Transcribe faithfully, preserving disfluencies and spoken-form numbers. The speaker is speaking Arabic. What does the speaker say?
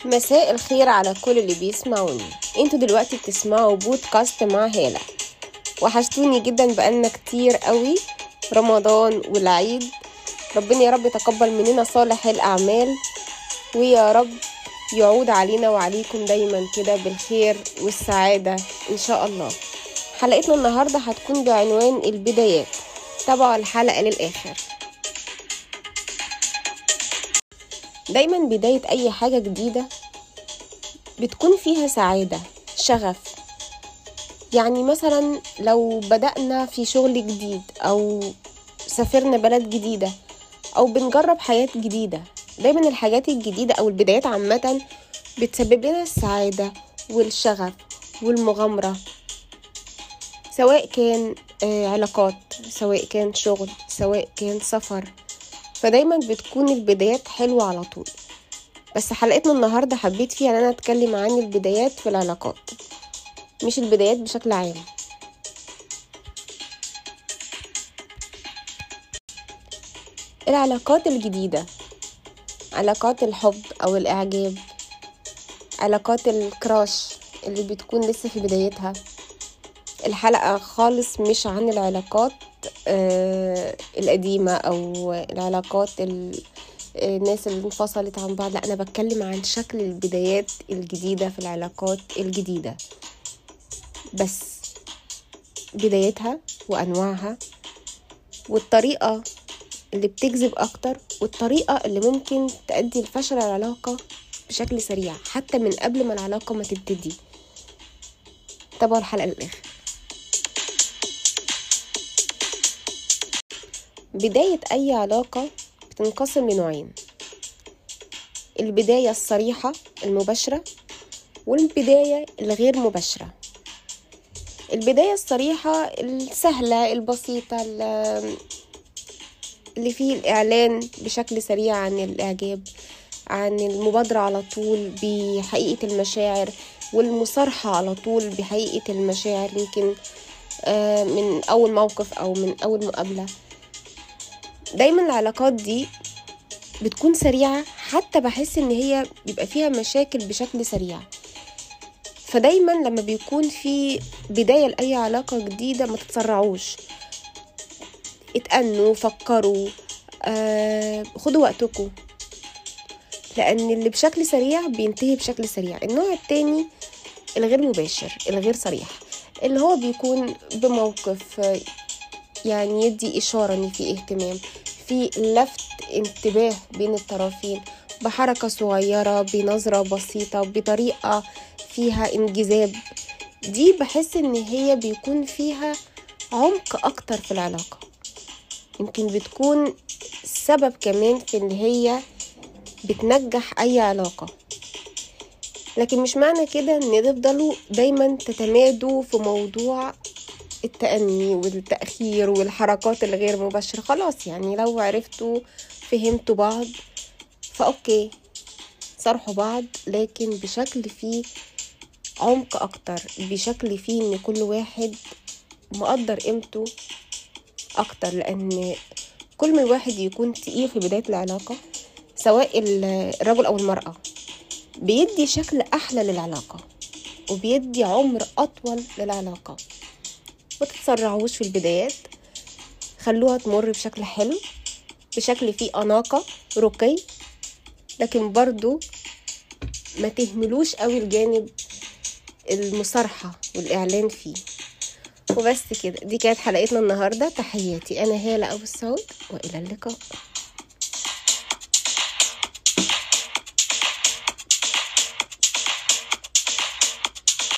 مساء الخير على كل اللي بيسمعوني. انتوا دلوقتي بتسمعوا بودكاست مع هالة. وحشتوني جدا بقالنا كتير قوي. رمضان والعيد، ربنا يا رب يتقبل مننا صالح الأعمال، ويا رب يعود علينا وعليكم دايما كده بالخير والسعادة إن شاء الله. حلقتنا النهاردة هتكون بعنوان البدايات. تابعوا الحلقة للآخر. دايما بداية أي حاجة جديدة بتكون فيها سعادة، شغف. يعني مثلا لو بدأنا في شغل جديد أو سافرنا بلد جديدة أو بنجرب حياة جديدة، دايما الحاجات الجديدة أو البدايات عامة بتسبب لنا السعادة والشغف والمغامرة، سواء كان علاقات، سواء كان شغل، سواء كان سفر. فدايما بتكون البدايات حلوة على طول. بس حلقتنا النهاردة حبيت فيها ان انا اتكلم عن البدايات في العلاقات، مش البدايات بشكل عام. العلاقات الجديدة، علاقات الحب او الاعجاب، علاقات الكراش اللي بتكون لسه في بدايتها. الحلقة خالص مش عن العلاقات آه القديمة او العلاقات الناس اللي انفصلت عن بعض، لا انا بتكلم عن شكل البدايات الجديدة في العلاقات الجديدة، بس بدايتها وانواعها والطريقة اللي بتجذب اكتر والطريقة اللي ممكن تؤدي لفشل العلاقة بشكل سريع حتى من قبل ما العلاقة ما تبتدي. تابعوا الحلقة للآخر. بداية اي علاقة بتنقسم لنوعين: البداية الصريحة المباشرة والبداية الغير مباشرة. البداية الصريحة السهلة البسيطة اللي فيه الإعلان بشكل سريع عن الإعجاب، عن المبادرة على طول بحقيقة المشاعر والمصارحة على طول بحقيقة المشاعر، يمكن من أول موقف أو من أول مقابلة. دايما العلاقات دي بتكون سريعة، حتى بحس ان هي بيبقى فيها مشاكل بشكل سريع. فدايما لما بيكون في بداية لأي علاقة جديدة ما تتسرعوش، اتأنوا، فكروا، آه، خدوا وقتكم، لأن اللي بشكل سريع بينتهي بشكل سريع. النوع التاني الغير مباشر الغير صريح، اللي هو بيكون بموقف يعني يدي إشارة ان في اهتمام، في لفت انتباه بين الطرفين، بحركة صغيرة، بنظرة بسيطة، بطريقة فيها انجذاب. دي بحس ان هي بيكون فيها عمق اكتر في العلاقة، يمكن بتكون سبب كمان في ان هي بتنجح اي علاقة. لكن مش معنى كده ان تفضلوا دايما تتمادوا في موضوع التأني والتأخير والحركات الغير مباشرة. خلاص، يعني لو عرفتوا فهمتوا بعض فأوكي، صرحوا بعض، لكن بشكل فيه عمق أكتر، بشكل فيه إن كل واحد مقدر قيمته أكتر. لأن كل ما الواحد يكون تقيل في بداية العلاقة، سواء الرجل أو المرأة، بيدي شكل أحلى للعلاقة وبيدي عمر أطول للعلاقة. ما تتسرعوش في البدايات، خلوها تمر بشكل حلو، بشكل فيه أناقة، رقي، لكن برضو ما تهملوش قوي الجانب المصارحة والإعلان فيه. وبس كده، دي كانت حلقتنا النهاردة. تحياتي، أنا هالة أبو السعود، وإلى اللقاء.